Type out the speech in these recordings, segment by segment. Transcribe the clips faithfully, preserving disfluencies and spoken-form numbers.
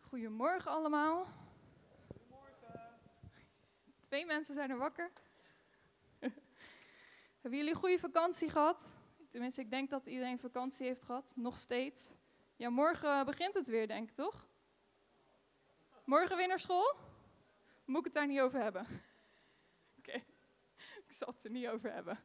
Goedemorgen allemaal. Goedemorgen. Twee mensen zijn er wakker. Hebben jullie een goede vakantie gehad? Tenminste, ik denk dat iedereen vakantie heeft gehad. Nog steeds. Ja, morgen begint het weer, denk ik, toch? Morgen weer naar school? Moet ik het daar niet over hebben? Oké, okay. Ik zal het er niet over hebben.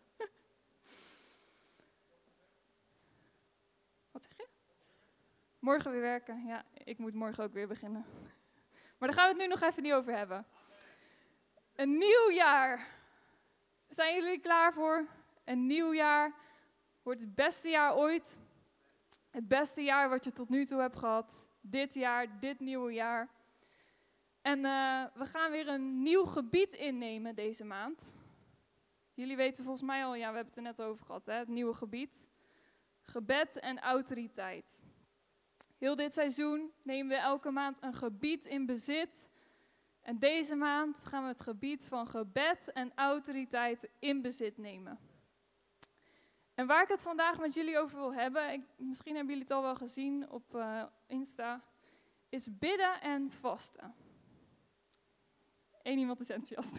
Wat zeg je? Morgen weer werken. Ja, ik moet morgen ook weer beginnen. Maar daar gaan we het nu nog even niet over hebben. Een nieuw jaar. Zijn jullie er klaar voor? Een nieuw jaar wordt het beste jaar ooit. Het beste jaar wat je tot nu toe hebt gehad. Dit jaar, dit nieuwe jaar. En uh, we gaan weer een nieuw gebied innemen deze maand. Jullie weten volgens mij al, ja, we hebben het er net over gehad, hè, het nieuwe gebied. Gebed en autoriteit. Heel dit seizoen nemen we elke maand een gebied in bezit. En deze maand gaan we het gebied van gebed en autoriteit in bezit nemen. En waar ik het vandaag met jullie over wil hebben, ik, misschien hebben jullie het al wel gezien op uh, Insta, is bidden en vasten. Eén iemand is enthousiast.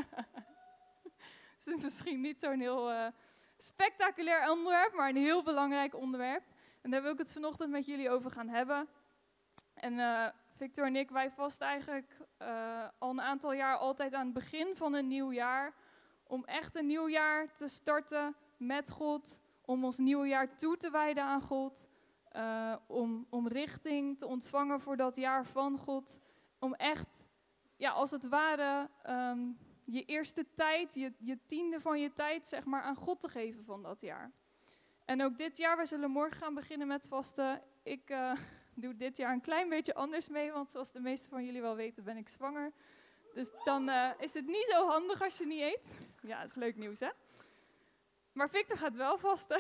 Het is misschien niet zo'n heel uh, spectaculair onderwerp, maar een heel belangrijk onderwerp. En daar wil ik het vanochtend met jullie over gaan hebben. En uh, Victor en ik, wij vasten eigenlijk uh, al een aantal jaar altijd aan het begin van een nieuw jaar. Om echt een nieuw jaar te starten met God. Om ons nieuwe jaar toe te wijden aan God. Uh, om, om richting te ontvangen voor dat jaar van God. Om echt, ja, als het ware, um, je eerste tijd, je, je tiende van je tijd, zeg maar, aan God te geven van dat jaar. En ook dit jaar, we zullen morgen gaan beginnen met vasten. Ik uh, doe dit jaar een klein beetje anders mee, want zoals de meesten van jullie wel weten, ben ik zwanger. Dus dan uh, is het niet zo handig als je niet eet. Ja, dat is leuk nieuws, hè? Maar Victor gaat wel vasten.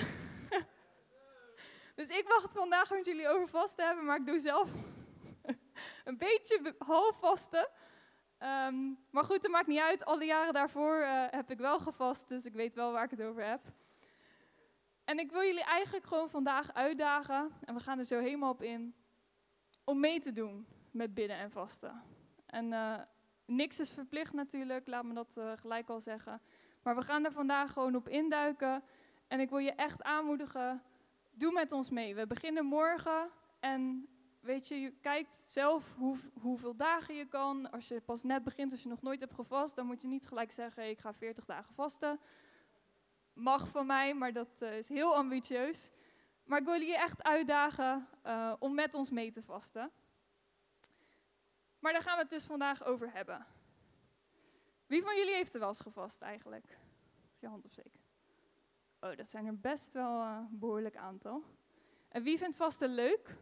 Dus ik mag het vandaag met jullie over vasten hebben, maar ik doe zelf een beetje half vasten. Um, maar goed, dat maakt niet uit. Alle jaren daarvoor uh, heb ik wel gevast, dus ik weet wel waar ik het over heb. En ik wil jullie eigenlijk gewoon vandaag uitdagen, en we gaan er zo helemaal op in, om mee te doen met bidden en vasten. En uh, niks is verplicht natuurlijk, laat me dat uh, gelijk al zeggen. Maar we gaan er vandaag gewoon op induiken. En ik wil je echt aanmoedigen, doe met ons mee. We beginnen morgen en weet je, je kijkt zelf hoe, hoeveel dagen je kan. Als je pas net begint, als je nog nooit hebt gevast, dan moet je niet gelijk zeggen, ik ga veertig dagen vasten. Mag van mij, maar dat uh, is heel ambitieus. Maar ik wil je echt uitdagen uh, om met ons mee te vasten. Maar daar gaan we het dus vandaag over hebben. Wie van jullie heeft er wel eens gevast eigenlijk? Je hand opsteken. Oh, dat zijn er best wel een uh, behoorlijk aantal. En wie vindt vasten leuk?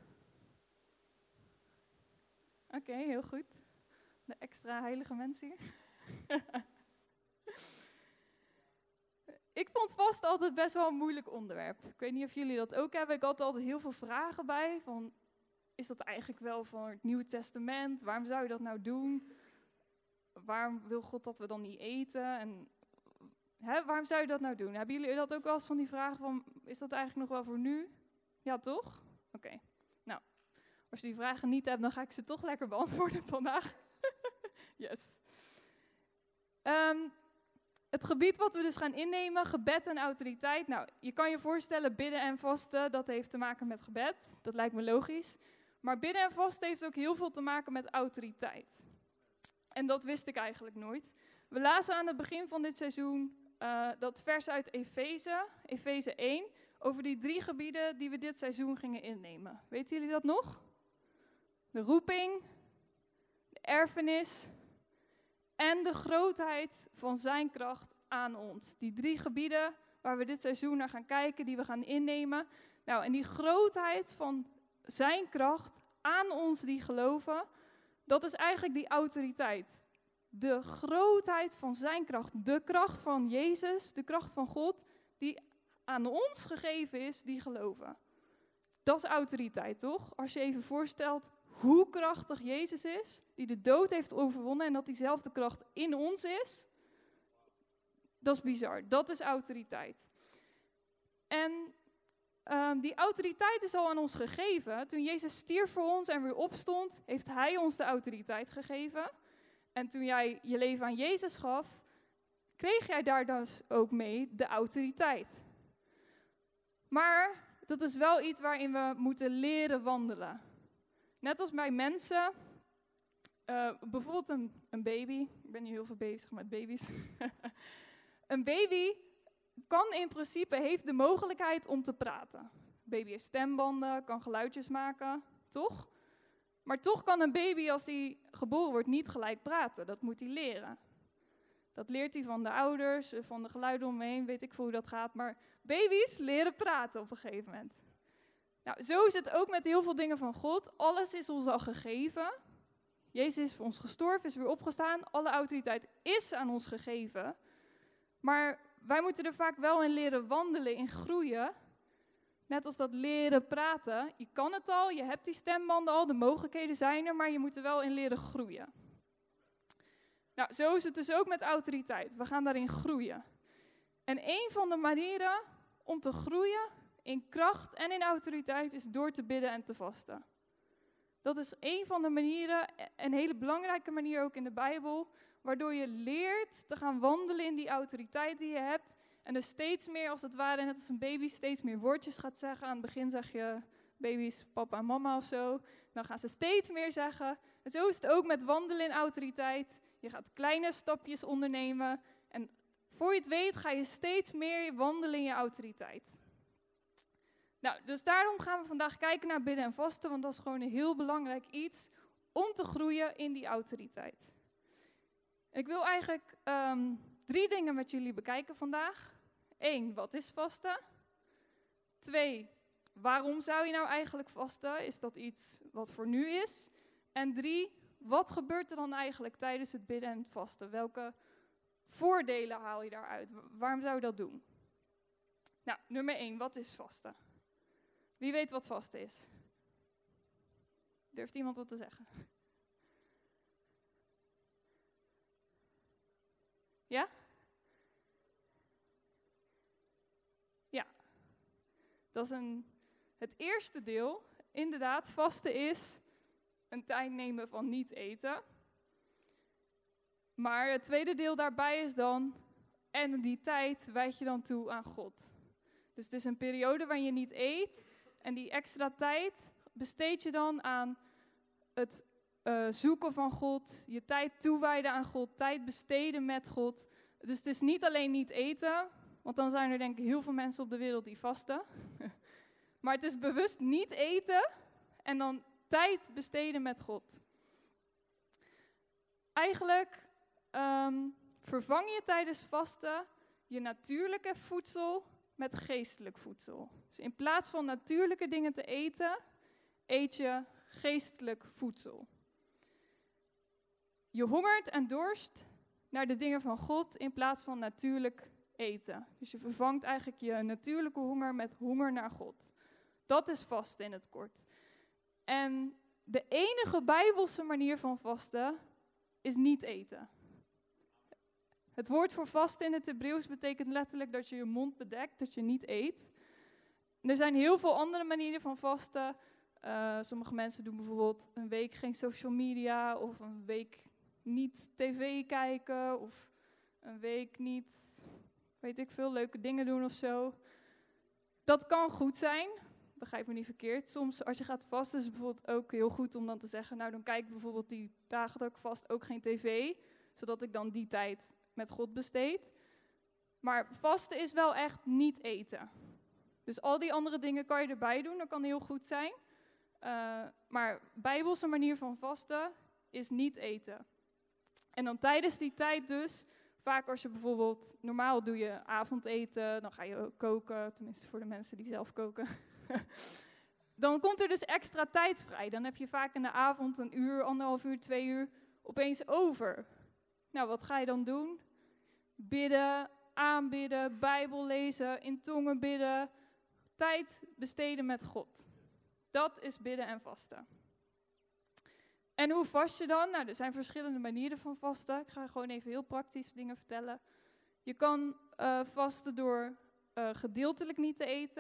Oké, okay, heel goed. De extra heilige mensen hier. Ik vond vast altijd best wel een moeilijk onderwerp. Ik weet niet of jullie dat ook hebben. Ik had altijd heel veel vragen bij. Van, is dat eigenlijk wel van het Nieuwe Testament? Waarom zou je dat nou doen? Waarom wil God dat we dan niet eten? En, hè, waarom zou je dat nou doen? Hebben jullie dat ook wel eens van die vragen van, is dat eigenlijk nog wel voor nu? Ja, toch? Oké. Okay. Nou, als je die vragen niet hebt, dan ga ik ze toch lekker beantwoorden vandaag. Yes. Um, Het gebied wat we dus gaan innemen, gebed en autoriteit. Nou, je kan je voorstellen, bidden en vasten, dat heeft te maken met gebed. Dat lijkt me logisch. Maar bidden en vasten heeft ook heel veel te maken met autoriteit. En dat wist ik eigenlijk nooit. We lazen aan het begin van dit seizoen uh, dat vers uit Efeze, Efeze één, over die drie gebieden die we dit seizoen gingen innemen. Weten jullie dat nog? De roeping, de erfenis en de grootheid van zijn kracht aan ons. Die drie gebieden waar we dit seizoen naar gaan kijken, die we gaan innemen. Nou, en die grootheid van zijn kracht aan ons die geloven, dat is eigenlijk die autoriteit. De grootheid van zijn kracht, de kracht van Jezus, de kracht van God, die aan ons gegeven is, die geloven. Dat is autoriteit, toch? Als je even voorstelt hoe krachtig Jezus is, die de dood heeft overwonnen en dat diezelfde kracht in ons is, dat is bizar. Dat is autoriteit. En um, die autoriteit is al aan ons gegeven. Toen Jezus stierf voor ons en weer opstond, heeft hij ons de autoriteit gegeven. En toen jij je leven aan Jezus gaf, kreeg jij daar dus ook mee de autoriteit. Maar dat is wel iets waarin we moeten leren wandelen. Net als bij mensen, uh, bijvoorbeeld een, een baby. Ik ben nu heel veel bezig met baby's. Een baby kan in principe, heeft de mogelijkheid om te praten. Een baby heeft stembanden, kan geluidjes maken, toch? Maar toch kan een baby, als die geboren wordt, niet gelijk praten. Dat moet hij leren. Dat leert hij van de ouders, van de geluiden omheen, weet ik veel hoe dat gaat. Maar baby's leren praten op een gegeven moment. Nou, zo is het ook met heel veel dingen van God. Alles is ons al gegeven. Jezus is voor ons gestorven, is weer opgestaan. Alle autoriteit is aan ons gegeven. Maar wij moeten er vaak wel in leren wandelen, in groeien. Net als dat leren praten. Je kan het al, je hebt die stembanden al, de mogelijkheden zijn er, maar je moet er wel in leren groeien. Nou, zo is het dus ook met autoriteit. We gaan daarin groeien. En een van de manieren om te groeien in kracht en in autoriteit is door te bidden en te vasten. Dat is een van de manieren, een hele belangrijke manier ook in de Bijbel, waardoor je leert te gaan wandelen in die autoriteit die je hebt. En dus steeds meer, als het ware, net als een baby, steeds meer woordjes gaat zeggen. Aan het begin zeg je baby's papa en mama of zo. Dan gaan ze steeds meer zeggen. En zo is het ook met wandelen in autoriteit. Je gaat kleine stapjes ondernemen. En voor je het weet ga je steeds meer wandelen in je autoriteit. Nou, dus daarom gaan we vandaag kijken naar bidden en vasten. Want dat is gewoon een heel belangrijk iets om te groeien in die autoriteit. Ik wil eigenlijk um, drie dingen met jullie bekijken vandaag. Eén, wat is vasten? Twee, waarom zou je nou eigenlijk vasten? Is dat iets wat voor nu is? En drie, wat gebeurt er dan eigenlijk tijdens het bidden en het vasten? Welke voordelen haal je daaruit? Waarom zou je dat doen? Nou, nummer één, wat is vasten? Wie weet wat vasten is? Durft iemand wat te zeggen? Ja? Ja. Dat is een, het eerste deel. Inderdaad, vasten is een tijd nemen van niet eten. Maar het tweede deel daarbij is dan, en die tijd wijd je dan toe aan God. Dus het is een periode waarin je niet eet. En die extra tijd besteed je dan aan het uh, zoeken van God. Je tijd toewijden aan God. Tijd besteden met God. Dus het is niet alleen niet eten. Want dan zijn er denk ik heel veel mensen op de wereld die vasten. Maar het is bewust niet eten. En dan tijd besteden met God. Eigenlijk um, vervang je tijdens vasten je natuurlijke voedsel met geestelijk voedsel. Dus in plaats van natuurlijke dingen te eten, eet je geestelijk voedsel. Je hongert en dorst naar de dingen van God in plaats van natuurlijk eten. Dus je vervangt eigenlijk je natuurlijke honger met honger naar God. Dat is vasten in het kort. En de enige Bijbelse manier van vasten is niet eten. Het woord voor vasten in het Hebreeuws betekent letterlijk dat je je mond bedekt, dat je niet eet. Er zijn heel veel andere manieren van vasten. Uh, sommige mensen doen bijvoorbeeld een week geen social media, of een week niet tv kijken, of een week niet, weet ik veel, leuke dingen doen of zo. Dat kan goed zijn, begrijp me niet verkeerd. Soms als je gaat vasten is het bijvoorbeeld ook heel goed om dan te zeggen, nou dan kijk ik bijvoorbeeld die dagen dat ik vast ook geen tv, zodat ik dan die tijd met God besteed. Maar vasten is wel echt niet eten. Dus al die andere dingen kan je erbij doen, dat kan heel goed zijn. Uh, maar Bijbelse manier van vasten is niet eten. En dan tijdens die tijd dus, vaak als je bijvoorbeeld, normaal doe je avondeten, dan ga je ook koken, tenminste voor de mensen die zelf koken. Dan komt er dus extra tijd vrij. Dan heb je vaak in de avond een uur, anderhalf uur, twee uur opeens over. Nou, wat ga je dan doen? Bidden, aanbidden, Bijbel lezen, in tongen bidden, tijd besteden met God. Dat is bidden en vasten. En hoe vast je dan? Nou, er zijn verschillende manieren van vasten. Ik ga gewoon even heel praktisch dingen vertellen. Je kan uh, vasten door uh, gedeeltelijk niet te eten.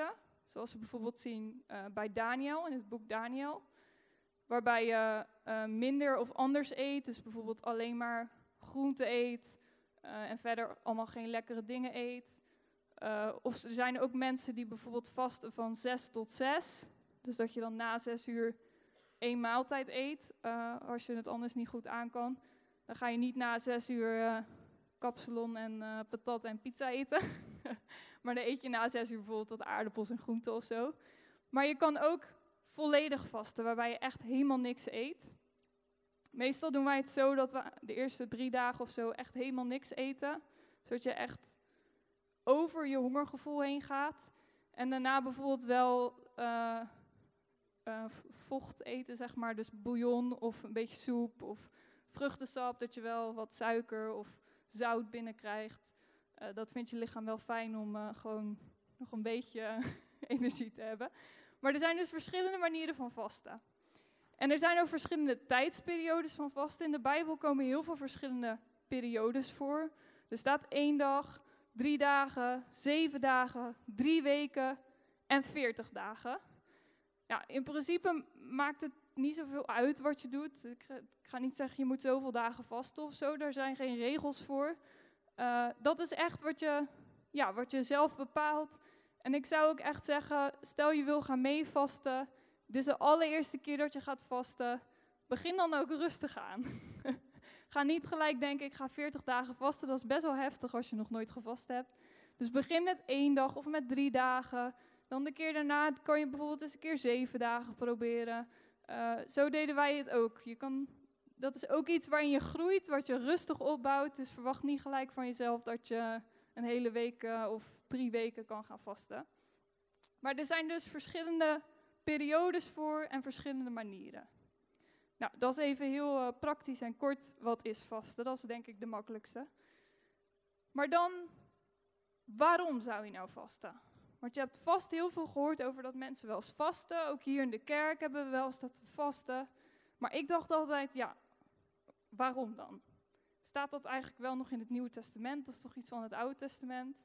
Zoals we bijvoorbeeld zien uh, bij Daniel, in het boek Daniel. Waarbij je uh, minder of anders eet. Dus bijvoorbeeld alleen maar groente eet. Uh, en verder allemaal geen lekkere dingen eet. Uh, of er zijn ook mensen die bijvoorbeeld vasten van zes tot zes. Dus dat je dan na zes uur één maaltijd eet. Uh, als je het anders niet goed aan kan. Dan ga je niet na zes uur uh, kapsalon en uh, patat en pizza eten. Maar dan eet je na zes uur bijvoorbeeld wat aardappels en groenten of zo. Maar je kan ook volledig vasten, waarbij je echt helemaal niks eet. Meestal doen wij het zo dat we de eerste drie dagen of zo echt helemaal niks eten. Zodat je echt over je hongergevoel heen gaat. En daarna bijvoorbeeld wel uh, uh, vocht eten, zeg maar. Dus bouillon of een beetje soep of vruchtensap. Dat je wel wat suiker of zout binnenkrijgt. Uh, dat vindt je lichaam wel fijn om uh, gewoon nog een beetje energie te hebben. Maar er zijn dus verschillende manieren van vasten. En er zijn ook verschillende tijdsperiodes van vasten. In de Bijbel komen heel veel verschillende periodes voor. Er staat één dag, drie dagen, zeven dagen, drie weken en veertig dagen. Ja, in principe maakt het niet zoveel uit wat je doet. Ik ga, ik ga niet zeggen je moet zoveel dagen vasten of zo. Daar zijn geen regels voor. Uh, dat is echt wat je, ja, wat je zelf bepaalt. En ik zou ook echt zeggen, stel je wil gaan meevasten. Dit is de allereerste keer dat je gaat vasten. Begin dan ook rustig aan. Ga niet gelijk denken, ik ga veertig dagen vasten. Dat is best wel heftig als je nog nooit gevast hebt. Dus begin met één dag of met drie dagen. Dan de keer daarna kan je bijvoorbeeld eens een keer zeven dagen proberen. Uh, zo deden wij het ook. Je kan, dat is ook iets waarin je groeit, wat je rustig opbouwt. Dus verwacht niet gelijk van jezelf dat je een hele week uh, of drie weken kan gaan vasten. Maar er zijn dus verschillende periodes voor en verschillende manieren. Nou, dat is even heel uh, praktisch en kort wat is vasten. Dat is denk ik de makkelijkste. Maar dan, waarom zou je nou vasten? Want je hebt vast heel veel gehoord over dat mensen wel eens vasten. Ook hier in de kerk hebben we wel eens dat we vasten. Maar ik dacht altijd, ja, waarom dan? Staat dat eigenlijk wel nog in het Nieuwe Testament? Dat is toch iets van het Oude Testament?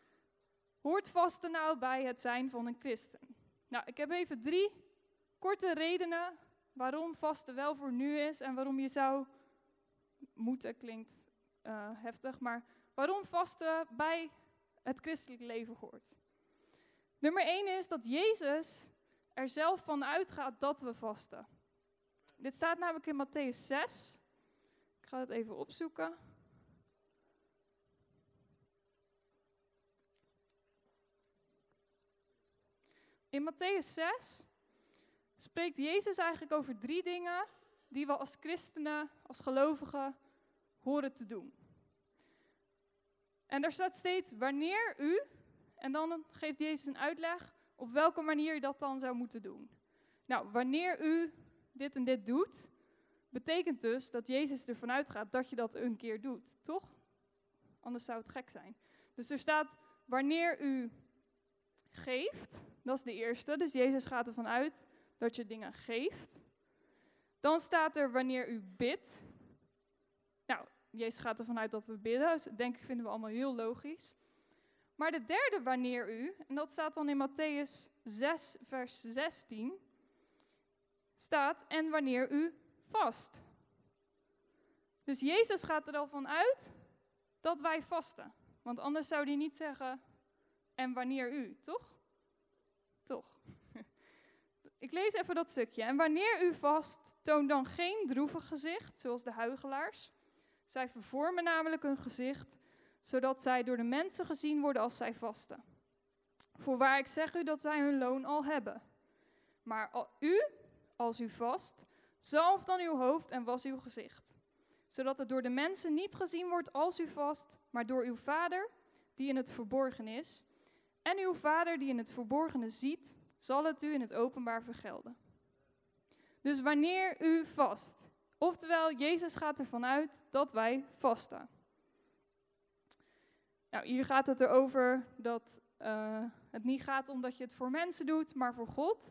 Hoort vasten nou bij het zijn van een christen? Nou, ik heb even drie korte redenen waarom vasten wel voor nu is en waarom je zou moeten, klinkt uh, heftig, maar waarom vasten bij het christelijk leven hoort. Nummer één is dat Jezus er zelf van uitgaat dat we vasten. Dit staat namelijk in Mattheüs zes. Ik ga het even opzoeken. In Mattheüs zes spreekt Jezus eigenlijk over drie dingen die we als christenen, als gelovigen, horen te doen. En daar staat steeds wanneer u, en dan geeft Jezus een uitleg op welke manier je dat dan zou moeten doen. Nou, wanneer u dit en dit doet, betekent dus dat Jezus ervan uitgaat dat je dat een keer doet, toch? Anders zou het gek zijn. Dus er staat wanneer u geeft, dat is de eerste. Dus Jezus gaat ervan uit dat je dingen geeft. Dan staat er wanneer u bidt. Nou, Jezus gaat ervan uit dat we bidden. Dus denk ik vinden we allemaal heel logisch. Maar de derde wanneer u, en dat staat dan in Mattheüs zes vers zestien, staat en wanneer u vast. Dus Jezus gaat er al van uit dat wij vasten. Want anders zou hij niet zeggen en wanneer u, toch? Toch. Ik lees even dat stukje. En wanneer u vast, toon dan geen droevig gezicht, zoals de huichelaars. Zij vervormen namelijk hun gezicht, zodat zij door de mensen gezien worden als zij vasten. Voorwaar ik zeg u dat zij hun loon al hebben. Maar al u, als u vast, zalf dan uw hoofd en was uw gezicht. Zodat het door de mensen niet gezien wordt als u vast, maar door uw Vader, die in het verborgen is. En uw Vader, die in het verborgene ziet, zal het u in het openbaar vergelden. Dus wanneer u vast. Oftewel, Jezus gaat ervan uit dat wij vasten. Nou, hier gaat het erover dat uh, het niet gaat om dat je het voor mensen doet, maar voor God.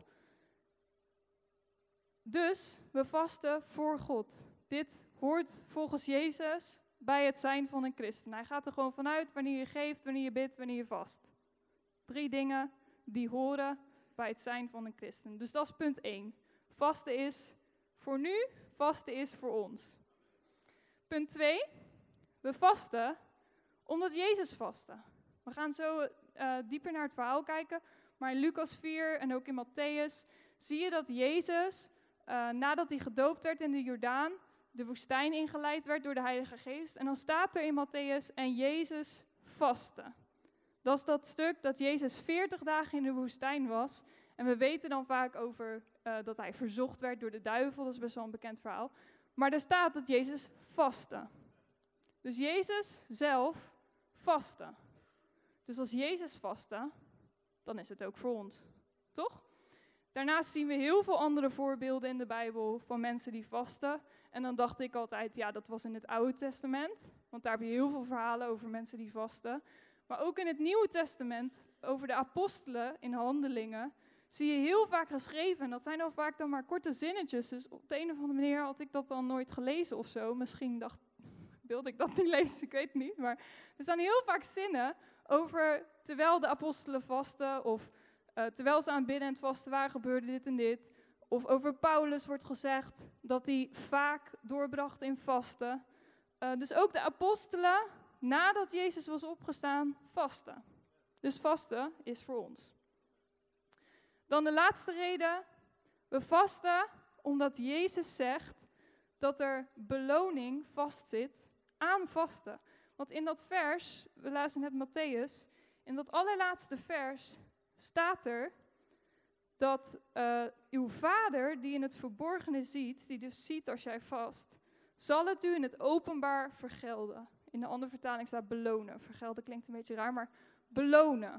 Dus we vasten voor God. Dit hoort volgens Jezus bij het zijn van een christen. Hij gaat er gewoon vanuit wanneer je geeft, wanneer je bidt, wanneer je vast. Drie dingen die horen bij het zijn van een christen. Dus dat is punt één. Vasten is voor nu, vasten is voor ons. Punt twee. We vasten omdat Jezus vastte. We gaan zo uh, dieper naar het verhaal kijken. Maar in Lucas vier en ook in Matthäus zie je dat Jezus, uh, nadat hij gedoopt werd in de Jordaan, de woestijn ingeleid werd door de Heilige Geest. En dan staat er in Matthäus, en Jezus vastte. Dat is dat stuk dat Jezus veertig dagen in de woestijn was. En we weten dan vaak over uh, dat hij verzocht werd door de duivel. Dat is best wel een bekend verhaal. Maar er staat dat Jezus vastte. Dus Jezus zelf vastte. Dus als Jezus vastte, dan is het ook voor ons. Toch? Daarnaast zien we heel veel andere voorbeelden in de Bijbel van mensen die vasten. En dan dacht ik altijd, ja, dat was in het Oude Testament. Want daar heb je heel veel verhalen over mensen die vasten. Maar ook in het Nieuwe Testament, over de apostelen in Handelingen, zie je heel vaak geschreven. En dat zijn dan vaak dan maar korte zinnetjes. Dus op de een of andere manier had ik dat dan nooit gelezen of zo. Misschien dacht, wilde ik dat niet lezen, ik weet het niet. Maar er staan heel vaak zinnen over terwijl de apostelen vasten, of uh, terwijl ze aan het bidden en het vasten waren, gebeurde dit en dit. Of over Paulus wordt gezegd dat hij vaak doorbracht in vasten. Uh, dus ook de apostelen, nadat Jezus was opgestaan, vasten. Dus vasten is voor ons. Dan de laatste reden. We vasten omdat Jezus zegt dat er beloning vastzit aan vasten. Want in dat vers, we lazen net Matthäus, in dat allerlaatste vers staat er dat uh, uw vader die in het verborgene ziet, die dus ziet als jij vast, zal het u in het openbaar vergelden. In de andere vertaling staat belonen. Vergelden klinkt een beetje raar, maar belonen.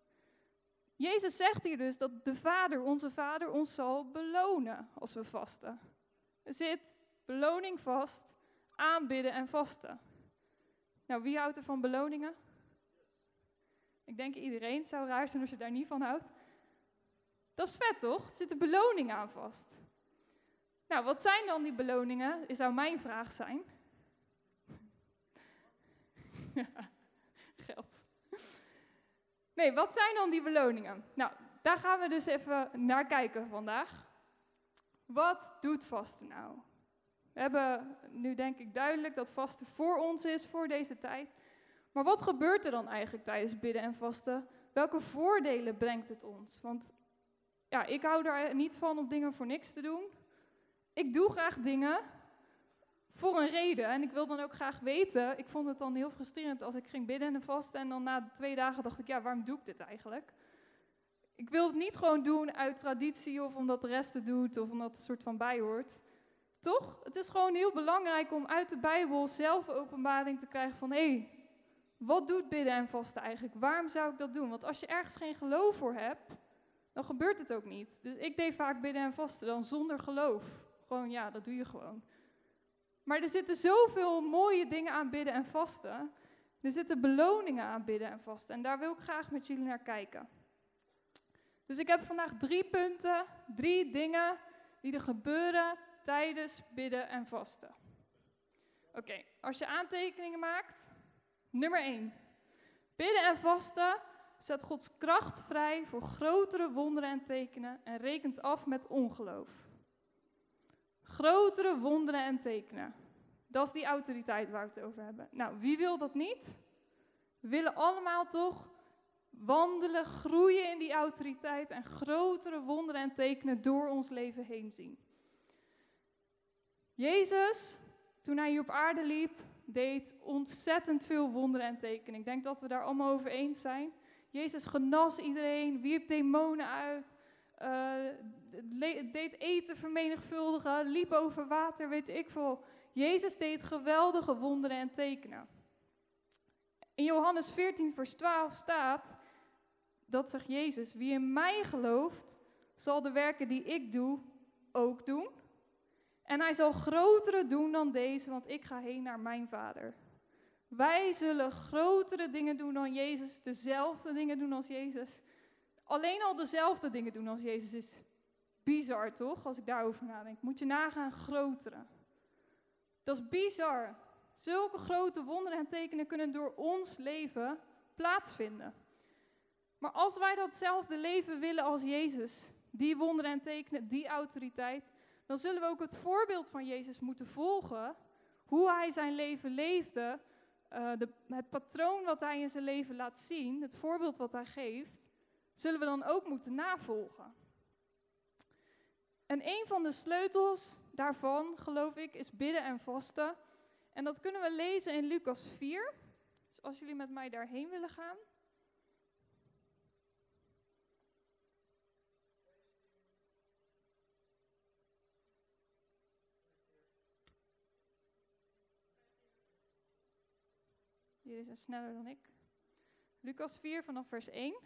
Jezus zegt hier dus dat de Vader, onze Vader, ons zal belonen als we vasten. Er zit beloning vast, aanbidden en vasten. Nou, wie houdt er van beloningen? Ik denk iedereen. Het zou raar zijn als je daar niet van houdt. Dat is vet, toch? Er zit een beloning aan vast. Nou, wat zijn dan die beloningen? Is zou mijn vraag zijn. Ja, geld. Nee, wat zijn dan die beloningen? Nou, daar gaan we dus even naar kijken vandaag. Wat doet vasten nou? We hebben nu denk ik duidelijk dat vasten voor ons is, voor deze tijd. Maar wat gebeurt er dan eigenlijk tijdens bidden en vasten? Welke voordelen brengt het ons? Want ja, ik hou er niet van om dingen voor niks te doen. Ik doe graag dingen voor een reden. En ik wil dan ook graag weten. Ik vond het dan heel frustrerend als ik ging bidden en vasten. En dan na twee dagen dacht ik, ja, waarom doe ik dit eigenlijk? Ik wil het niet gewoon doen uit traditie of omdat de rest het doet of omdat het een soort van bij hoort. Toch? Het is gewoon heel belangrijk om uit de Bijbel zelf openbaring te krijgen van, hé, hey, wat doet bidden en vasten eigenlijk? Waarom zou ik dat doen? Want als je ergens geen geloof voor hebt, dan gebeurt het ook niet. Dus ik deed vaak bidden en vasten dan zonder geloof. Gewoon, ja, dat doe je gewoon. Maar er zitten zoveel mooie dingen aan bidden en vasten. Er zitten beloningen aan bidden en vasten. En daar wil ik graag met jullie naar kijken. Dus ik heb vandaag drie punten, drie dingen die er gebeuren tijdens bidden en vasten. Oké, okay, als je aantekeningen maakt. Nummer één. Bidden en vasten zet Gods kracht vrij voor grotere wonderen en tekenen en rekent af met ongeloof. Grotere wonderen en tekenen. Dat is die autoriteit waar we het over hebben. Nou, wie wil dat niet? We willen allemaal toch wandelen, groeien in die autoriteit en grotere wonderen en tekenen door ons leven heen zien. Jezus, toen hij hier op aarde liep, deed ontzettend veel wonderen en tekenen. Ik denk dat we daar allemaal over eens zijn. Jezus genas iedereen, wierp demonen uit, uh, deed eten vermenigvuldigen, liep over water, weet ik veel. Jezus deed geweldige wonderen en tekenen. In Johannes veertien vers twaalf staat, dat zegt Jezus, wie in mij gelooft, zal de werken die ik doe, ook doen. En hij zal grotere doen dan deze, want ik ga heen naar mijn Vader. Wij zullen grotere dingen doen dan Jezus, dezelfde dingen doen als Jezus. Alleen al dezelfde dingen doen als Jezus is bizar, toch? Als ik daarover nadenk. Moet je nagaan, grotere. Dat is bizar. Zulke grote wonderen en tekenen kunnen door ons leven plaatsvinden. Maar als wij datzelfde leven willen als Jezus, die wonderen en tekenen, die autoriteit, dan zullen we ook het voorbeeld van Jezus moeten volgen, hoe hij zijn leven leefde, uh, de, het patroon wat hij in zijn leven laat zien, het voorbeeld wat hij geeft, zullen we dan ook moeten navolgen. En een van de sleutels daarvan, geloof ik, is bidden en vasten. En dat kunnen we lezen in Lucas vier. Dus als jullie met mij daarheen willen gaan. Jullie zijn sneller dan ik. Lucas vier vanaf vers één.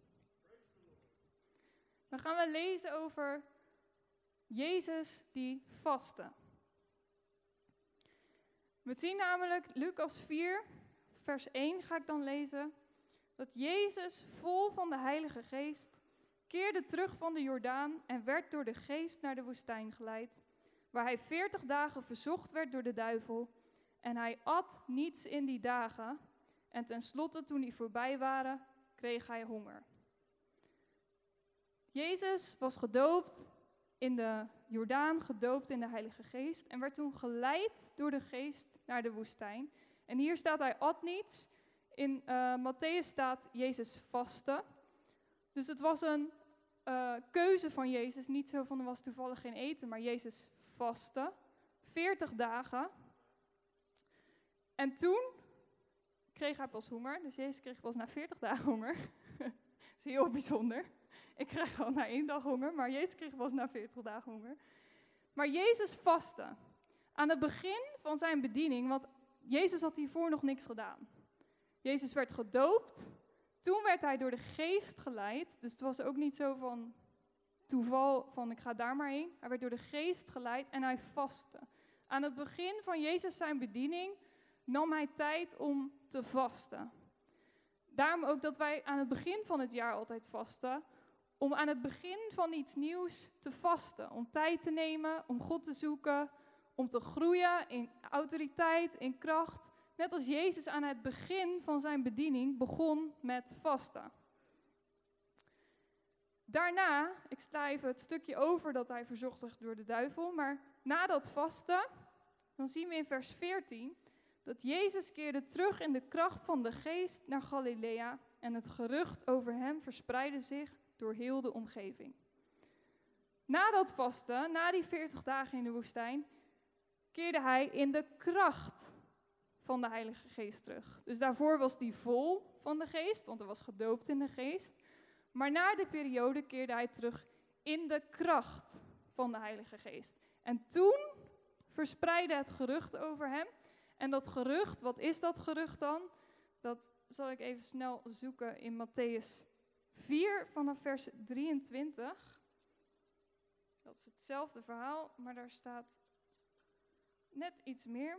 Dan gaan we lezen over Jezus die vastte. We zien namelijk, Lucas vier, vers één ga ik dan lezen, dat Jezus vol van de Heilige Geest keerde terug van de Jordaan en werd door de Geest naar de woestijn geleid, waar hij veertig dagen verzocht werd door de duivel. En hij at niets in die dagen en tenslotte, toen die voorbij waren, kreeg hij honger. Jezus was gedoopt in de Jordaan, gedoopt in de Heilige Geest en werd toen geleid door de Geest naar de woestijn. En hier staat hij at niets. In uh, Matthäus staat Jezus vaste. Dus het was een uh, keuze van Jezus, niet zo van er was toevallig geen eten, maar Jezus vaste. veertig dagen. En toen kreeg hij pas honger. Dus Jezus kreeg pas na veertig dagen honger. Dat is heel bijzonder. Ik kreeg al na één dag honger, maar Jezus kreeg pas na veertig dagen honger. Maar Jezus vastte. Aan het begin van zijn bediening, want Jezus had hiervoor nog niks gedaan. Jezus werd gedoopt. Toen werd hij door de Geest geleid. Dus het was ook niet zo van toeval van ik ga daar maar heen. Hij werd door de Geest geleid en hij vastte. Aan het begin van Jezus zijn bediening nam hij tijd om te vasten. Daarom ook dat wij aan het begin van het jaar altijd vasten. Om aan het begin van iets nieuws te vasten. Om tijd te nemen, om God te zoeken. Om te groeien in autoriteit, in kracht. Net als Jezus aan het begin van zijn bediening begon met vasten. Daarna, ik sla even het stukje over dat hij verzocht werd door de duivel. Maar na dat vasten, dan zien we in vers veertien... dat Jezus keerde terug in de kracht van de Geest naar Galilea. En het gerucht over hem verspreidde zich door heel de omgeving. Na dat vasten, na die veertig dagen in de woestijn, keerde hij in de kracht van de Heilige Geest terug. Dus daarvoor was hij vol van de Geest, want hij was gedoopt in de Geest. Maar na de periode keerde hij terug in de kracht van de Heilige Geest. En toen verspreidde het gerucht over hem. En dat gerucht, wat is dat gerucht dan? Dat zal ik even snel zoeken in Matthäus vier vanaf vers drieëntwintig. Dat is hetzelfde verhaal, maar daar staat net iets meer.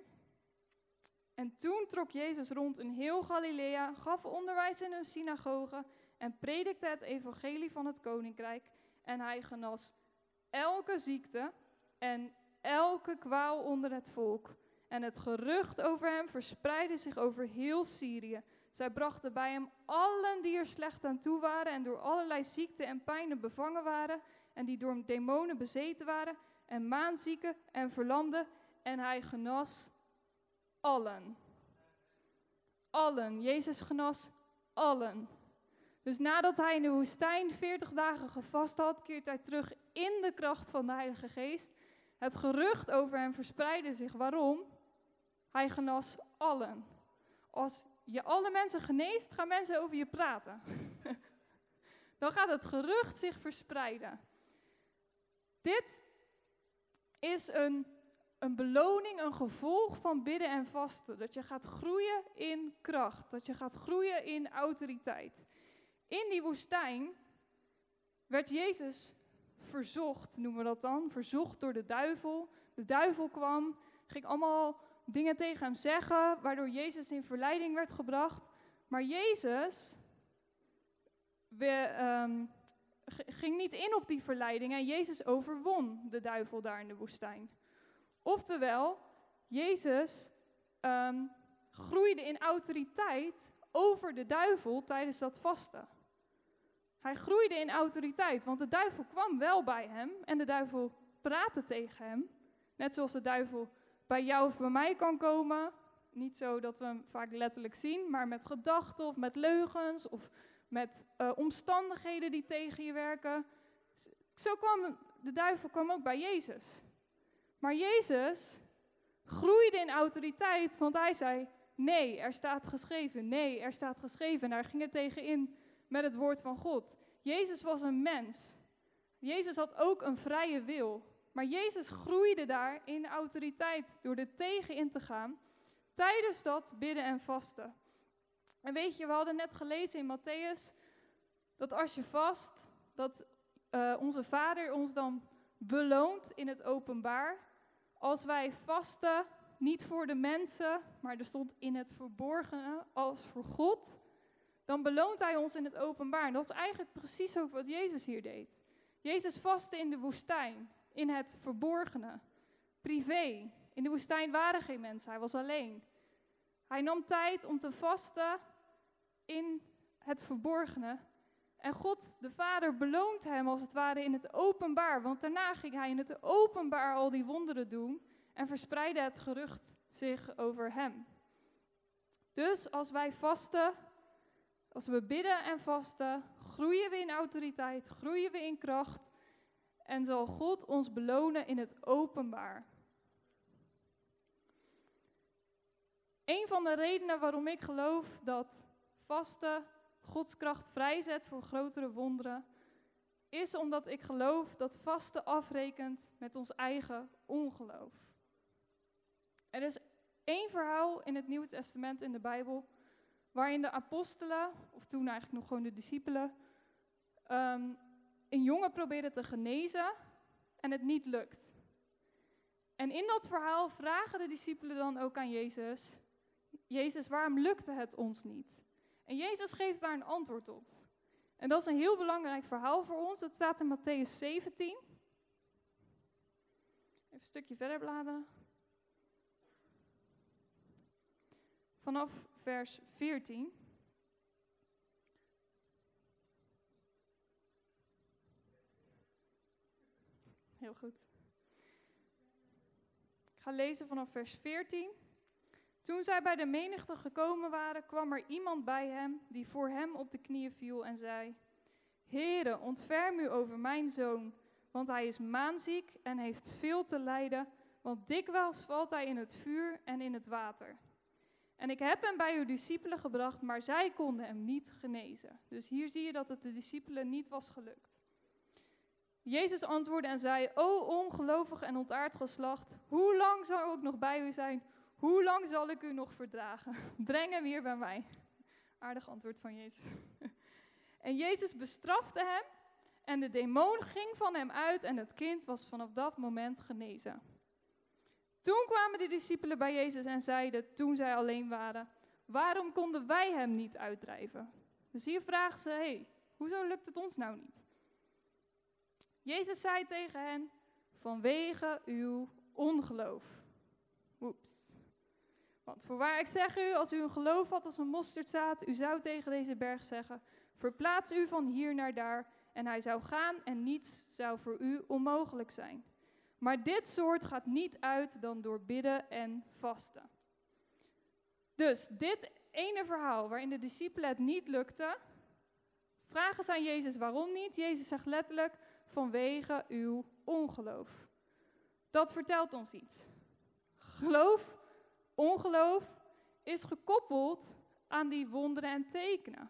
En toen trok Jezus rond in heel Galilea, gaf onderwijs in hun synagogen en predikte het evangelie van het koninkrijk. En hij genas elke ziekte en elke kwaal onder het volk. En het gerucht over hem verspreidde zich over heel Syrië. Zij brachten bij hem allen die er slecht aan toe waren en door allerlei ziekten en pijnen bevangen waren en die door demonen bezeten waren en maanzieken en verlamden. En hij genas allen. Allen. Jezus genas allen. Dus nadat hij in de woestijn veertig dagen gevast had, keert hij terug in de kracht van de Heilige Geest. Het gerucht over hem verspreidde zich. Waarom? Hij genas allen. Als je alle mensen geneest, gaan mensen over je praten. Dan gaat het gerucht zich verspreiden. Dit is een, een beloning, een gevolg van bidden en vasten. Dat je gaat groeien in kracht. Dat je gaat groeien in autoriteit. In die woestijn werd Jezus verzocht, noemen we dat dan. Verzocht door de duivel. De duivel kwam, ging allemaal dingen tegen hem zeggen, waardoor Jezus in verleiding werd gebracht. Maar Jezus we, um, g- ging niet in op die verleiding en Jezus overwon de duivel daar in de woestijn. Oftewel, Jezus um, groeide in autoriteit over de duivel tijdens dat vasten. Hij groeide in autoriteit, want de duivel kwam wel bij hem en de duivel praatte tegen hem. Net zoals de duivel bij jou of bij mij kan komen. Niet zo dat we hem vaak letterlijk zien, maar met gedachten of met leugens of met uh, omstandigheden die tegen je werken. Zo kwam de duivel kwam ook bij Jezus. Maar Jezus groeide in autoriteit, want hij zei, nee, er staat geschreven, nee, er staat geschreven. En daar ging er tegen in met het woord van God. Jezus was een mens. Jezus had ook een vrije wil. Maar Jezus groeide daar in autoriteit door er tegen in te gaan tijdens dat bidden en vasten. En weet je, we hadden net gelezen in Matthäus dat als je vast, dat uh, onze Vader ons dan beloont in het openbaar. Als wij vasten, niet voor de mensen, maar er stond in het verborgene als voor God, dan beloont hij ons in het openbaar. En dat is eigenlijk precies ook wat Jezus hier deed. Jezus vastte in de woestijn, in het verborgene, privé. In de woestijn waren geen mensen, hij was alleen. Hij nam tijd om te vasten in het verborgene. En God, de Vader, beloont hem als het ware in het openbaar. Want daarna ging hij in het openbaar al die wonderen doen en verspreidde het gerucht zich over hem. Dus als wij vasten, als we bidden en vasten, groeien we in autoriteit, groeien we in kracht en zal God ons belonen in het openbaar. Een van de redenen waarom ik geloof dat vasten Gods kracht vrijzet voor grotere wonderen, is omdat ik geloof dat vasten afrekent met ons eigen ongeloof. Er is één verhaal in het Nieuwe Testament in de Bijbel, waarin de apostelen, of toen eigenlijk nog gewoon de discipelen, um, een jongen proberen te genezen en het niet lukt. En in dat verhaal vragen de discipelen dan ook aan Jezus, Jezus, waarom lukte het ons niet? En Jezus geeft daar een antwoord op. En dat is een heel belangrijk verhaal voor ons. Dat staat in Matthäus zeventien. Even een stukje verder bladeren. Vanaf vers veertien. Heel goed. Ik ga lezen vanaf vers veertien. Toen zij bij de menigte gekomen waren, kwam er iemand bij hem die voor hem op de knieën viel en zei: Heere, ontferm u over mijn zoon, want hij is maanziek en heeft veel te lijden, want dikwijls valt hij in het vuur en in het water. En ik heb hem bij uw discipelen gebracht, maar zij konden hem niet genezen. Dus hier zie je dat het de discipelen niet was gelukt. Jezus antwoordde en zei: O ongelovig en ontaard geslacht, hoe lang zal ik nog bij u zijn? Hoe lang zal ik u nog verdragen? Breng hem hier bij mij. Aardig antwoord van Jezus. En Jezus bestrafte hem en de demon ging van hem uit en het kind was vanaf dat moment genezen. Toen kwamen de discipelen bij Jezus en zeiden, toen zij alleen waren, waarom konden wij hem niet uitdrijven? Dus hier vragen ze, hé, hey, hoezo lukt het ons nou niet? Jezus zei tegen hen, vanwege uw ongeloof. Oeps. Want voorwaar ik zeg u, als u een geloof had als een mosterdzaad, u zou tegen deze berg zeggen, verplaats u van hier naar daar, en hij zou gaan en niets zou voor u onmogelijk zijn. Maar dit soort gaat niet uit dan door bidden en vasten. Dus dit ene verhaal waarin de discipelen het niet lukte, vragen ze aan Jezus waarom niet. Jezus zegt letterlijk, vanwege uw ongeloof. Dat vertelt ons iets. Geloof, ongeloof is gekoppeld aan die wonderen en tekenen.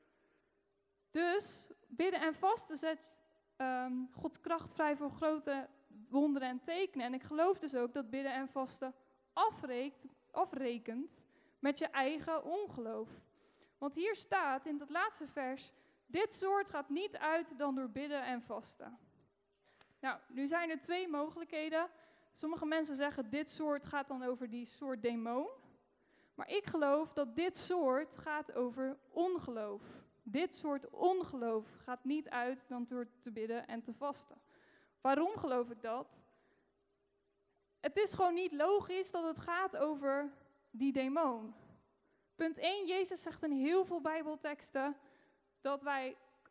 Dus bidden en vasten zet um, Gods kracht vrij voor grote wonderen en tekenen. En ik geloof dus ook dat bidden en vasten afrekent, afrekent met je eigen ongeloof. Want hier staat in dat laatste vers, dit soort gaat niet uit dan door bidden en vasten. Nou, nu zijn er twee mogelijkheden. Sommige mensen zeggen, dit soort gaat dan over die soort demon. Maar ik geloof dat dit soort gaat over ongeloof. Dit soort ongeloof gaat niet uit dan door te bidden en te vasten. Waarom geloof ik dat? Het is gewoon niet logisch dat het gaat over die demon. Punt één, Jezus zegt in heel veel Bijbelteksten dat wij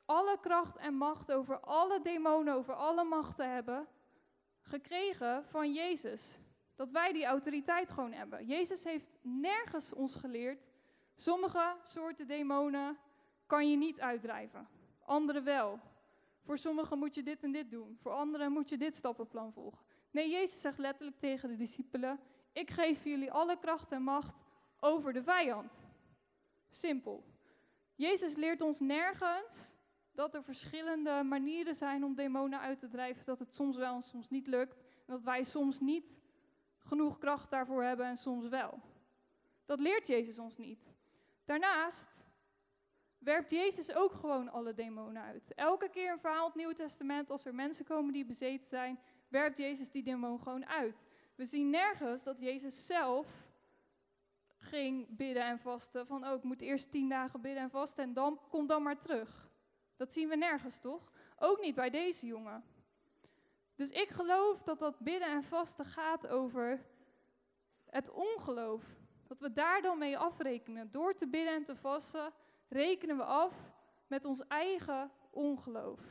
alle kracht en macht over alle demonen, over alle machten hebben gekregen van Jezus. Dat wij die autoriteit gewoon hebben. Jezus heeft nergens ons geleerd, sommige soorten demonen kan je niet uitdrijven, andere wel. Voor sommigen moet je dit en dit doen, voor anderen moet je dit stappenplan volgen. Nee, Jezus zegt letterlijk tegen de discipelen, ik geef jullie alle kracht en macht over de vijand. Simpel. Jezus leert ons nergens dat er verschillende manieren zijn om demonen uit te drijven, dat het soms wel en soms niet lukt, en dat wij soms niet genoeg kracht daarvoor hebben en soms wel. Dat leert Jezus ons niet. Daarnaast werpt Jezus ook gewoon alle demonen uit. Elke keer een verhaal in het Nieuwe Testament, als er mensen komen die bezeten zijn, werpt Jezus die demon gewoon uit. We zien nergens dat Jezus zelf ging bidden en vasten, van oh, ik moet eerst tien dagen bidden en vasten en dan kom dan maar terug. Dat zien we nergens, toch? Ook niet bij deze jongen. Dus ik geloof dat dat bidden en vasten gaat over het ongeloof. Dat we daar dan mee afrekenen. Door te bidden en te vasten rekenen we af met ons eigen ongeloof.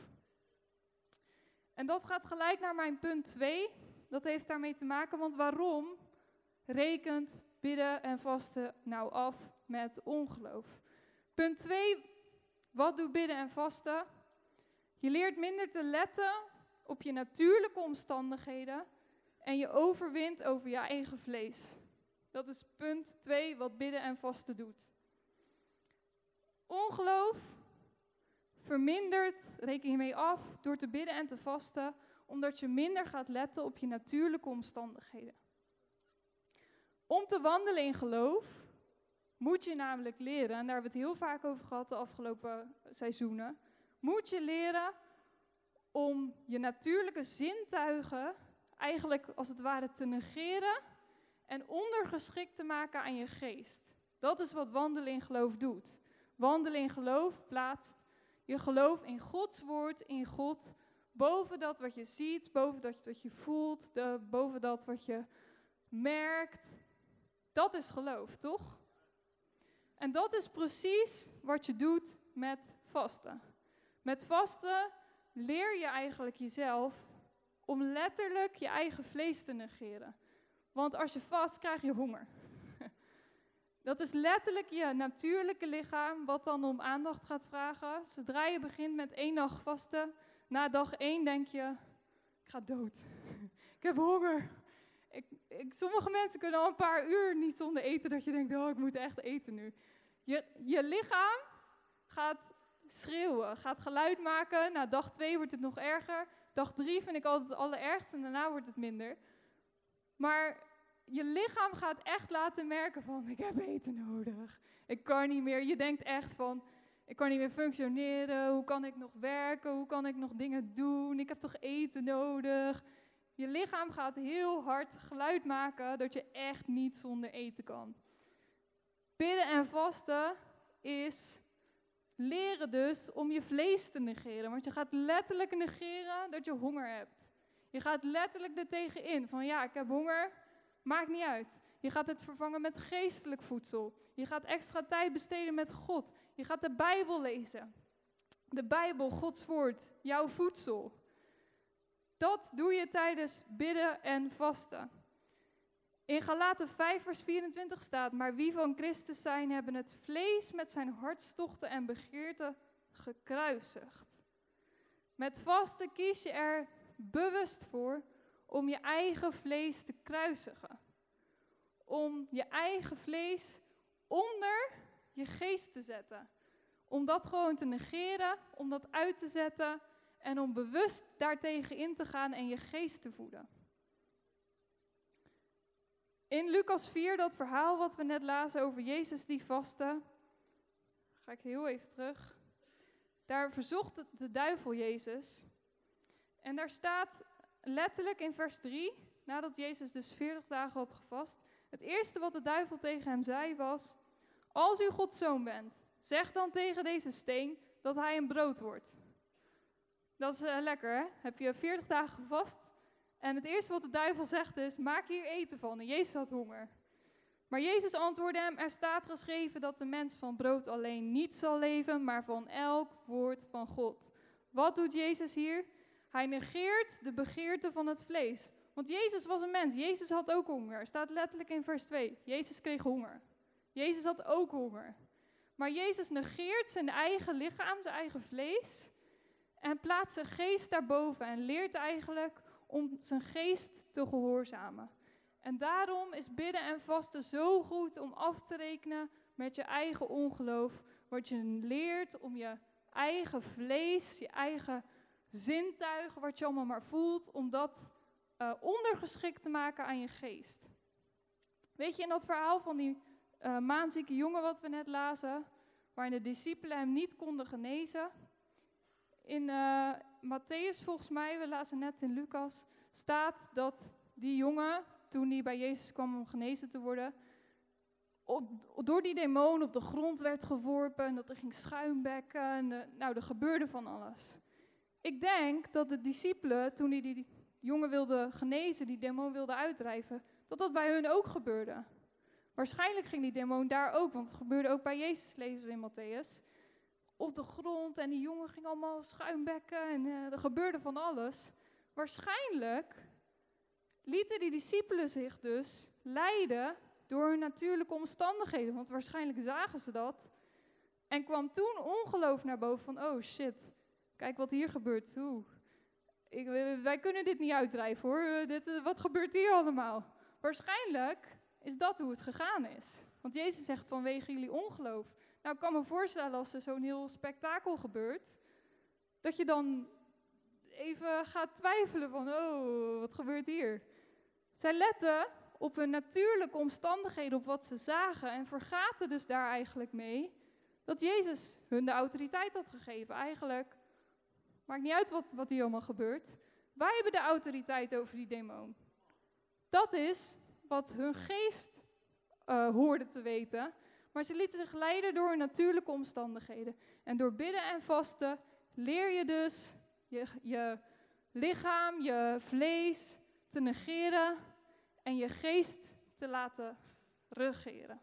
En dat gaat gelijk naar mijn punt twee. Dat heeft daarmee te maken, want waarom rekent bidden en vasten nou af met ongeloof? Punt twee, wat doet bidden en vasten? Je leert minder te letten op je natuurlijke omstandigheden en je overwint over je eigen vlees. Dat is punt twee, wat bidden en vasten doet. Ongeloof vermindert, reken je mee af, door te bidden en te vasten, omdat je minder gaat letten op je natuurlijke omstandigheden. Om te wandelen in geloof moet je namelijk leren, en daar hebben we het heel vaak over gehad de afgelopen seizoenen, moet je leren om je natuurlijke zintuigen eigenlijk als het ware te negeren en ondergeschikt te maken aan je geest. Dat is wat wandelen in geloof doet. Wandelen in geloof plaatst je geloof in Gods woord, in God, boven dat wat je ziet, boven dat wat je voelt, de, boven dat wat je merkt. Dat is geloof, toch? En dat is precies wat je doet met vasten. Met vasten leer je eigenlijk jezelf om letterlijk je eigen vlees te negeren. Want als je vast, krijg je honger. Dat is letterlijk je natuurlijke lichaam wat dan om aandacht gaat vragen. Zodra je begint met één dag vasten, na dag één denk je, ik ga dood. Ik heb honger. Ik, ik, sommige mensen kunnen al een paar uur niet zonder eten, dat je denkt, oh, ik moet echt eten nu. Je, je lichaam gaat schreeuwen, gaat geluid maken. Na dag twee wordt het nog erger. Dag drie vind ik altijd het allerergste en daarna wordt het minder. Maar je lichaam gaat echt laten merken van, ik heb eten nodig. Ik kan niet meer. Je denkt echt van, ik kan niet meer functioneren. Hoe kan ik nog werken? Hoe kan ik nog dingen doen? Ik heb toch eten nodig? Je lichaam gaat heel hard geluid maken dat je echt niet zonder eten kan. Bidden en vasten is leren dus om je vlees te negeren. Want je gaat letterlijk negeren dat je honger hebt. Je gaat letterlijk er tegenin van ja, ik heb honger, maakt niet uit. Je gaat het vervangen met geestelijk voedsel. Je gaat extra tijd besteden met God. Je gaat de Bijbel lezen. De Bijbel, Gods woord, jouw voedsel. Dat doe je tijdens bidden en vasten. In Galaten vijf vers vierentwintig staat, maar wie van Christus zijn, hebben het vlees met zijn hartstochten en begeerten gekruisigd. Met vasten kies je er bewust voor om je eigen vlees te kruisigen. Om je eigen vlees onder je geest te zetten. Om dat gewoon te negeren, om dat uit te zetten en om bewust daartegen in te gaan en je geest te voeden. In Lucas vier, dat verhaal wat we net lazen over Jezus die vastte, ga ik heel even terug. Daar verzocht de duivel Jezus. En daar staat letterlijk in vers drie, nadat Jezus dus veertig dagen had gevast, het eerste wat de duivel tegen hem zei was, als u Gods zoon bent, zeg dan tegen deze steen dat hij een brood wordt. Dat is uh, lekker, hè? Heb je veertig dagen gevast? En het eerste wat de duivel zegt is, maak hier eten van. En Jezus had honger. Maar Jezus antwoordde hem, er staat geschreven dat de mens van brood alleen niet zal leven, maar van elk woord van God. Wat doet Jezus hier? Hij negeert de begeerte van het vlees. Want Jezus was een mens, Jezus had ook honger. Staat letterlijk in vers twee. Jezus kreeg honger. Jezus had ook honger. Maar Jezus negeert zijn eigen lichaam, zijn eigen vlees, en plaatst zijn geest daarboven en leert eigenlijk om zijn geest te gehoorzamen. En daarom is bidden en vasten zo goed om af te rekenen met je eigen ongeloof. Wat je leert om je eigen vlees, je eigen zintuigen, wat je allemaal maar voelt, om dat uh, ondergeschikt te maken aan je geest. Weet je, in dat verhaal van die uh, maanzieke jongen wat we net lazen, waarin de discipelen hem niet konden genezen. In uh, Matthäus volgens mij, we lazen net in Lucas, staat dat die jongen, toen hij bij Jezus kwam om genezen te worden, op, door die demon op de grond werd geworpen en dat er ging schuimbekken. En de, nou, er gebeurde van alles. Ik denk dat de discipelen, toen die, die jongen wilden genezen, die demon wilden uitdrijven, dat dat bij hun ook gebeurde. Waarschijnlijk ging die demon daar ook, want het gebeurde ook bij Jezus, lezen we in Matthäus. Op de grond en die jongen ging allemaal schuimbekken en uh, er gebeurde van alles. Waarschijnlijk lieten die discipelen zich dus leiden door hun natuurlijke omstandigheden, want waarschijnlijk zagen ze dat. En kwam toen ongeloof naar boven van, oh shit, kijk wat hier gebeurt. Oeh, ik, wij kunnen dit niet uitdrijven hoor, dit, wat gebeurt hier allemaal? Waarschijnlijk is dat hoe het gegaan is. Want Jezus zegt vanwege jullie ongeloof. Nou, ik kan me voorstellen als er zo'n heel spektakel gebeurt, dat je dan even gaat twijfelen van, oh, wat gebeurt hier? Zij letten op hun natuurlijke omstandigheden, op wat ze zagen, en vergaten dus daar eigenlijk mee dat Jezus hun de autoriteit had gegeven. Eigenlijk maakt niet uit wat, wat hier allemaal gebeurt. Wij hebben de autoriteit over die demon. Dat is wat hun geest uh, hoorde te weten. Maar ze lieten zich leiden door hun natuurlijke omstandigheden. En door bidden en vasten leer je dus je, je lichaam, je vlees te negeren en je geest te laten regeren.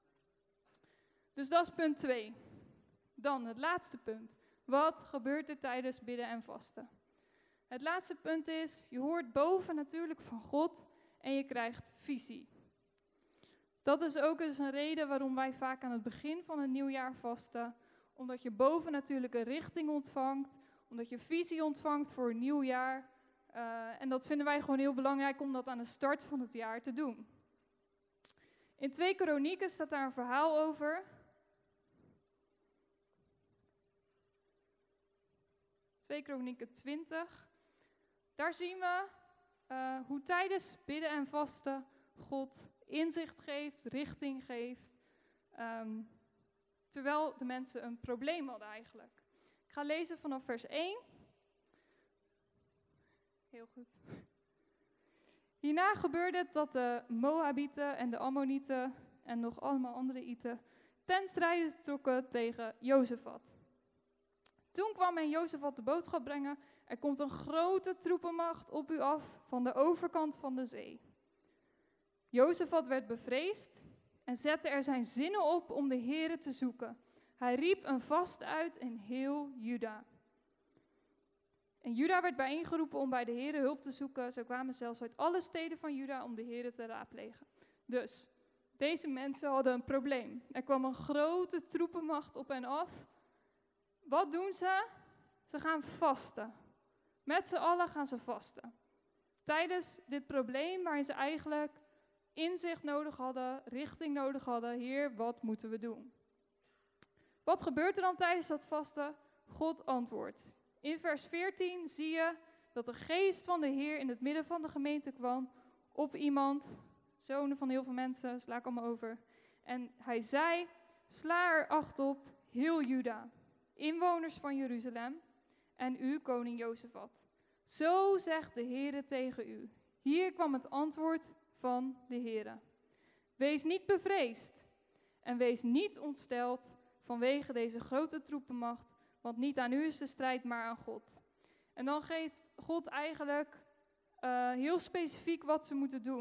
Dus dat is punt twee. Dan het laatste punt. Wat gebeurt er tijdens bidden en vasten? Het laatste punt is, je hoort boven natuurlijk van God en je krijgt visie. Dat is ook eens een reden waarom wij vaak aan het begin van een nieuw jaar vasten. Omdat je boven natuurlijk een richting ontvangt, omdat je visie ontvangt voor een nieuw jaar. Uh, en dat vinden wij gewoon heel belangrijk om dat aan de start van het jaar te doen. In twee Kronieken staat daar een verhaal over. twee Kronieken twintig. Daar zien we uh, hoe tijdens bidden en vasten God inzicht geeft, richting geeft, um, terwijl de mensen een probleem hadden eigenlijk. Ik ga lezen vanaf vers één. Heel goed. Hierna gebeurde het dat de Moabieten en de Ammonieten en nog allemaal andere Iten ten strijde trokken tegen Jozefat. Toen kwam men Jozefat de boodschap brengen, er komt een grote troepenmacht op u af van de overkant van de zee. Jozefat werd bevreesd en zette er zijn zinnen op om de Here te zoeken. Hij riep een vast uit in heel Juda. En Juda werd bijeengeroepen om bij de Here hulp te zoeken. Zo kwamen zelfs uit alle steden van Juda om de Here te raadplegen. Dus, deze mensen hadden een probleem. Er kwam een grote troepenmacht op hen af. Wat doen ze? Ze gaan vasten. Met z'n allen gaan ze vasten. Tijdens dit probleem waarin ze eigenlijk inzicht nodig hadden, richting nodig hadden. Heer, wat moeten we doen? Wat gebeurt er dan tijdens dat vasten? God antwoordt. In vers veertien zie je dat de geest van de Heer in het midden van de gemeente kwam op iemand, zonen van heel veel mensen, sla ik allemaal over. En hij zei, sla er acht op, heel Juda, inwoners van Jeruzalem en u, koning Jozefat. Zo zegt de Heere tegen u. Hier kwam het antwoord van de Heere. Wees niet bevreesd en wees niet ontsteld vanwege deze grote troepenmacht, want niet aan u is de strijd, maar aan God. En dan geeft God eigenlijk uh, heel specifiek wat ze moeten doen.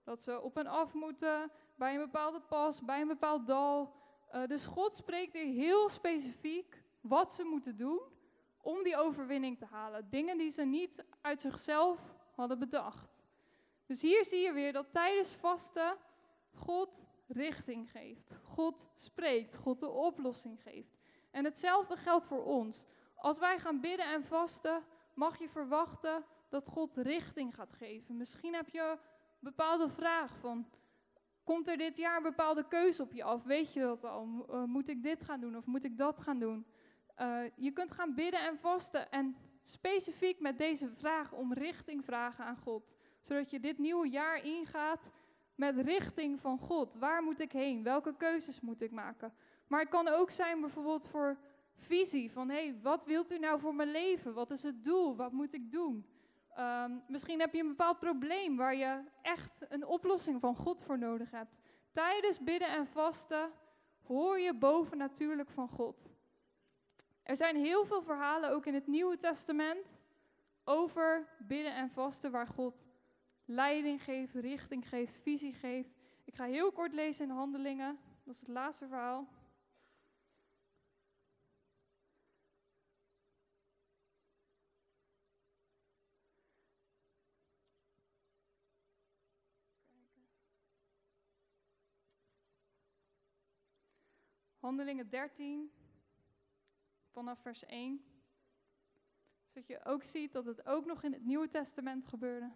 Dat ze op en af moeten, bij een bepaalde pas, bij een bepaald dal. Uh, dus God spreekt hier heel specifiek wat ze moeten doen om die overwinning te halen. Dingen die ze niet uit zichzelf hadden bedacht. Dus hier zie je weer dat tijdens vasten God richting geeft. God spreekt, God de oplossing geeft. En hetzelfde geldt voor ons. Als wij gaan bidden en vasten, mag je verwachten dat God richting gaat geven. Misschien heb je een bepaalde vraag van, komt er dit jaar een bepaalde keuze op je af? Weet je dat al? Mo- uh, moet ik dit gaan doen of moet ik dat gaan doen? Uh, je kunt gaan bidden en vasten en specifiek met deze vraag om richting vragen aan God. Zodat je dit nieuwe jaar ingaat met richting van God. Waar moet ik heen? Welke keuzes moet ik maken? Maar het kan ook zijn bijvoorbeeld voor visie. Van, hé, hey, wat wilt u nou voor mijn leven? Wat is het doel? Wat moet ik doen? Um, misschien heb je een bepaald probleem waar je echt een oplossing van God voor nodig hebt. Tijdens bidden en vasten hoor je bovennatuurlijk van God. Er zijn heel veel verhalen, ook in het Nieuwe Testament, over bidden en vasten waar God leiding geeft, richting geeft, visie geeft. Ik ga heel kort lezen in Handelingen, dat is het laatste verhaal. Handelingen dertien, vanaf vers één. Zodat je ook ziet dat het ook nog in het Nieuwe Testament gebeurde.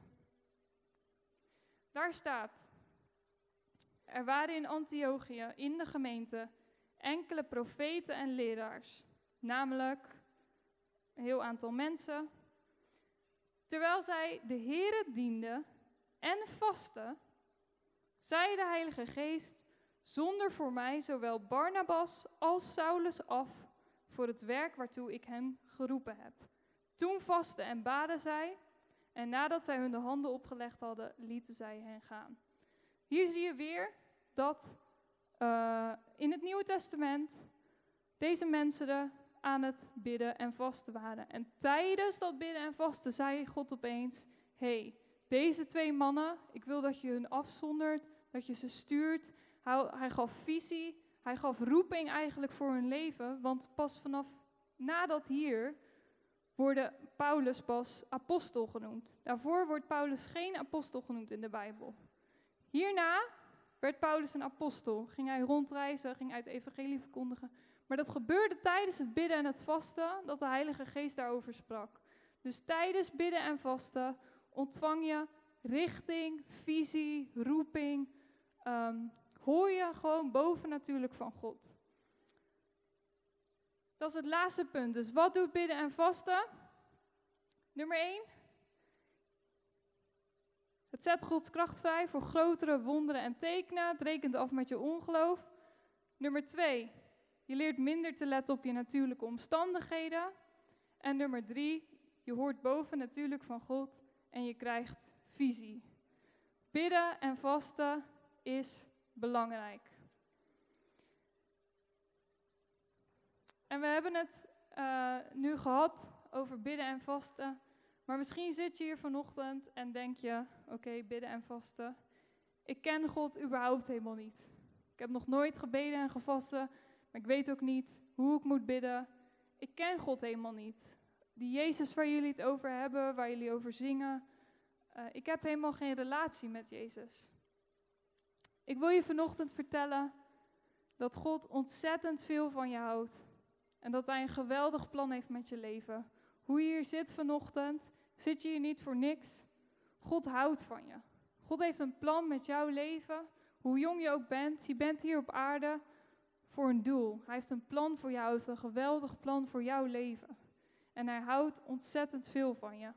Daar staat, er waren in Antiochië, in de gemeente, enkele profeten en leraars. Namelijk een heel aantal mensen. Terwijl zij de Here dienden en vasten, zei de Heilige Geest, zonder voor mij zowel Barnabas als Saulus af voor het werk waartoe ik hen geroepen heb. Toen vasten en baden zij, en nadat zij hun de handen opgelegd hadden, lieten zij hen gaan. Hier zie je weer dat uh, in het Nieuwe Testament deze mensen er aan het bidden en vasten waren. En tijdens dat bidden en vasten zei God opeens, hé, hey, deze twee mannen, ik wil dat je hun afzondert, dat je ze stuurt. Hij, hij gaf visie, hij gaf roeping eigenlijk voor hun leven, want pas vanaf nadat hier wordt Paulus pas apostel genoemd. Daarvoor wordt Paulus geen apostel genoemd in de Bijbel. Hierna werd Paulus een apostel, ging hij rondreizen, ging hij het evangelie verkondigen. Maar dat gebeurde tijdens het bidden en het vasten, dat de Heilige Geest daarover sprak. Dus tijdens bidden en vasten ontvang je richting, visie, roeping, um, hoor je gewoon bovennatuurlijk van God. Dat is het laatste punt. Dus wat doet bidden en vasten? Nummer één. Het zet Gods kracht vrij voor grotere wonderen en tekenen. Het rekent af met je ongeloof. Nummer twee. Je leert minder te letten op je natuurlijke omstandigheden. En nummer drie. Je hoort bovennatuurlijk van God en je krijgt visie. Bidden en vasten is belangrijk. En we hebben het uh, nu gehad over bidden en vasten. Maar misschien zit je hier vanochtend en denk je, oké, okay, bidden en vasten. Ik ken God überhaupt helemaal niet. Ik heb nog nooit gebeden en gevasten, maar ik weet ook niet hoe ik moet bidden. Ik ken God helemaal niet. Die Jezus waar jullie het over hebben, waar jullie over zingen. Uh, ik heb helemaal geen relatie met Jezus. Ik wil je vanochtend vertellen dat God ontzettend veel van je houdt. En dat hij een geweldig plan heeft met je leven. Hoe je hier zit vanochtend, zit je hier niet voor niks. God houdt van je. God heeft een plan met jouw leven. Hoe jong je ook bent, je bent hier op aarde voor een doel. Hij heeft een plan voor jou, hij heeft een geweldig plan voor jouw leven. En hij houdt ontzettend veel van je.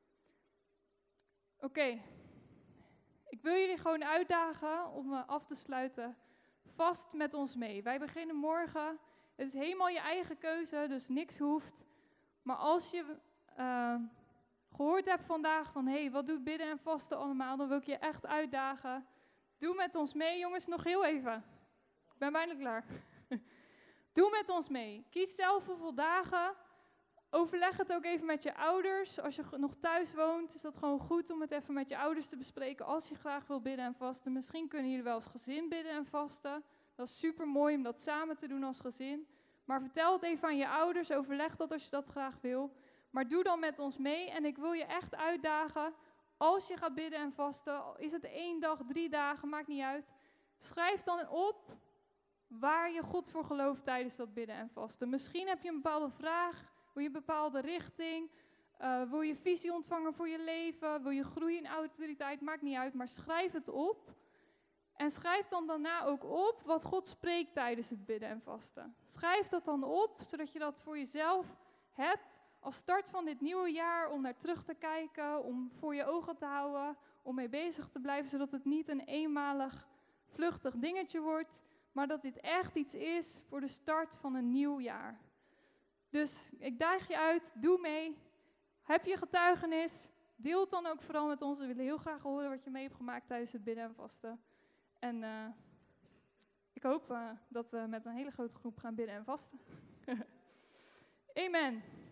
Oké, okay. Ik wil jullie gewoon uitdagen om uh, af te sluiten. Vast met ons mee. Wij beginnen morgen. Het is helemaal je eigen keuze, dus niks hoeft. Maar als je uh, gehoord hebt vandaag van, hé, hey, wat doet bidden en vasten allemaal, dan wil ik je echt uitdagen. Doe met ons mee, jongens, nog heel even. Ik ben bijna klaar. Doe met ons mee. Kies zelf hoeveel dagen. overleg het ook even met je ouders. Als je nog thuis woont, is dat gewoon goed om het even met je ouders te bespreken als je graag wil bidden en vasten. Misschien kunnen jullie wel als gezin bidden en vasten. Dat is super mooi om dat samen te doen als gezin. Maar vertel het even aan je ouders, overleg dat als je dat graag wil. Maar doe dan met ons mee en ik wil je echt uitdagen, als je gaat bidden en vasten, is het één dag, drie dagen, maakt niet uit. Schrijf dan op waar je God voor gelooft tijdens dat bidden en vasten. Misschien heb je een bepaalde vraag, wil je een bepaalde richting, uh, wil je visie ontvangen voor je leven, wil je groeien in autoriteit, maakt niet uit, maar schrijf het op. En schrijf dan daarna ook op wat God spreekt tijdens het bidden en vasten. Schrijf dat dan op, zodat je dat voor jezelf hebt als start van dit nieuwe jaar, om naar terug te kijken, om voor je ogen te houden, om mee bezig te blijven, zodat het niet een eenmalig vluchtig dingetje wordt, maar dat dit echt iets is voor de start van een nieuw jaar. Dus ik daag je uit, doe mee. Heb je getuigenis? Deel het dan ook vooral met ons. We willen heel graag horen wat je mee hebt gemaakt tijdens het bidden en vasten. En uh, ik hoop uh, dat we met een hele grote groep gaan bidden en vasten. Amen.